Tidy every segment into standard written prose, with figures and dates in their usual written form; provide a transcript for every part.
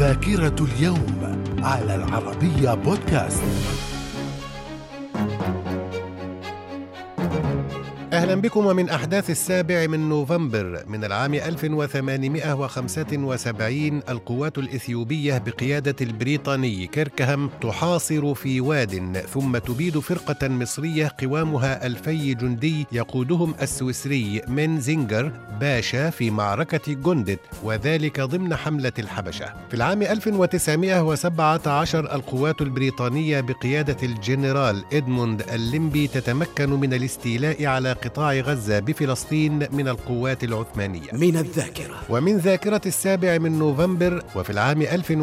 ذاكرة اليوم على العربية بودكاست. أهلا بكم. ومن أحداث 7 من نوفمبر من العام 1875 القوات الإثيوبية بقيادة البريطاني كيركهام تحاصر في واد، ثم تبيد فرقة مصرية قوامها 2000 جندي يقودهم السويسري من زينجر باشا في معركة جندت، وذلك ضمن حملة الحبشة. في العام 1917 القوات البريطانية بقيادة الجنرال إدموند الليمبي تتمكن من الاستيلاء على قطاع غزة بفلسطين من القوات العثمانية. من الذاكرة. ومن ذاكرة 7 من نوفمبر، وفي العام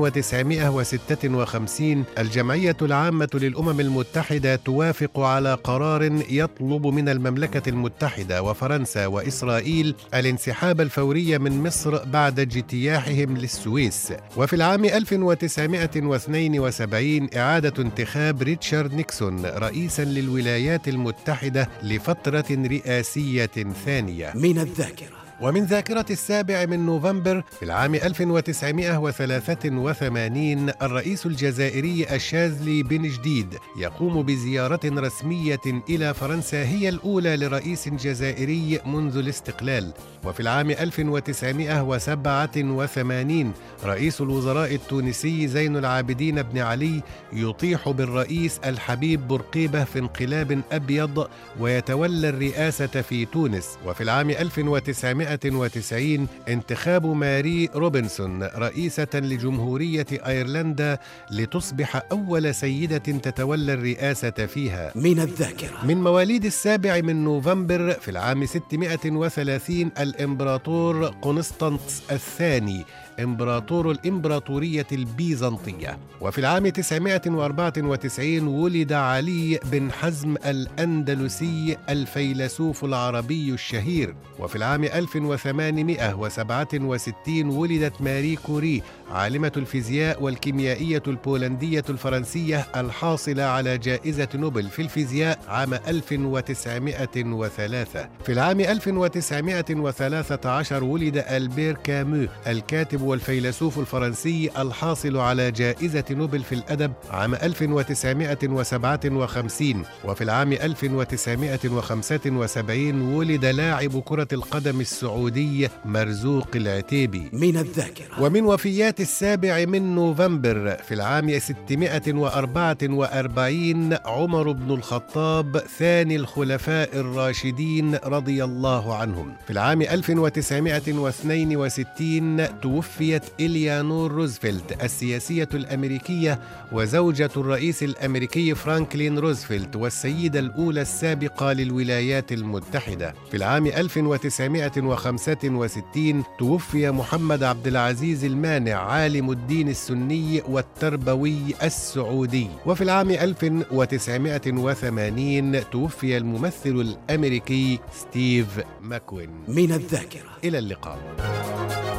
1956 الجمعية العامة للأمم المتحدة توافق على قرار يطلب من المملكة المتحدة وفرنسا وإسرائيل الانسحاب الفوري من مصر بعد اجتياحهم للسويس. وفي العام 1972 إعادة انتخاب ريتشارد نيكسون رئيساً للولايات المتحدة لفترة رئاسية ثانية. من الذاكرة. ومن ذاكرة 7 من نوفمبر، في العام 1983 الرئيس الجزائري الشاذلي بن جديد يقوم بزيارة رسمية إلى فرنسا، هي الأولى لرئيس جزائري منذ الاستقلال. وفي العام 1987 رئيس الوزراء التونسي زين العابدين بن علي يطيح بالرئيس الحبيب بورقيبة في انقلاب أبيض ويتولى الرئاسة في تونس. وفي العام 1990 انتخاب ماري روبنسون رئيسة لجمهورية أيرلندا لتصبح أول سيدة تتولى الرئاسة فيها. من الذاكرة. من مواليد 7 من نوفمبر، في العام 630 الإمبراطور قسطنطس الثاني إمبراطور الإمبراطورية البيزنطية. وفي العام 994 ولد علي بن حزم الأندلسي الفيلسوف العربي الشهير. وفي العام 1867 ولدت ماري كوري عالمة الفيزياء والكيميائية البولندية الفرنسية الحاصلة على جائزة نوبل في الفيزياء عام 1903. في العام 1913 ولد ألبير كامو الكاتب والفيلسوف الفرنسي الحاصل على جائزة نوبل في الأدب عام 1957. وفي العام 1975 ولد لاعب كرة القدم السعودي مرزوق العتيبي. من الذاكرة. ومن وفيات 7 من نوفمبر، في العام 644 عمر بن الخطاب ثاني الخلفاء الراشدين رضي الله عنهم. في العام 1962 توفيت إليانور روزفلت السياسية الأمريكية وزوجة الرئيس الأمريكي فرانكلين روزفلت والسيدة الأولى السابقة للولايات المتحدة. في العام 1965 توفي محمد عبد العزيز المانع عالم الدين السني والتربوي السعودي. وفي العام 1980 توفي الممثل الأمريكي ستيف ماكوين. من الذاكرة. إلى اللقاء.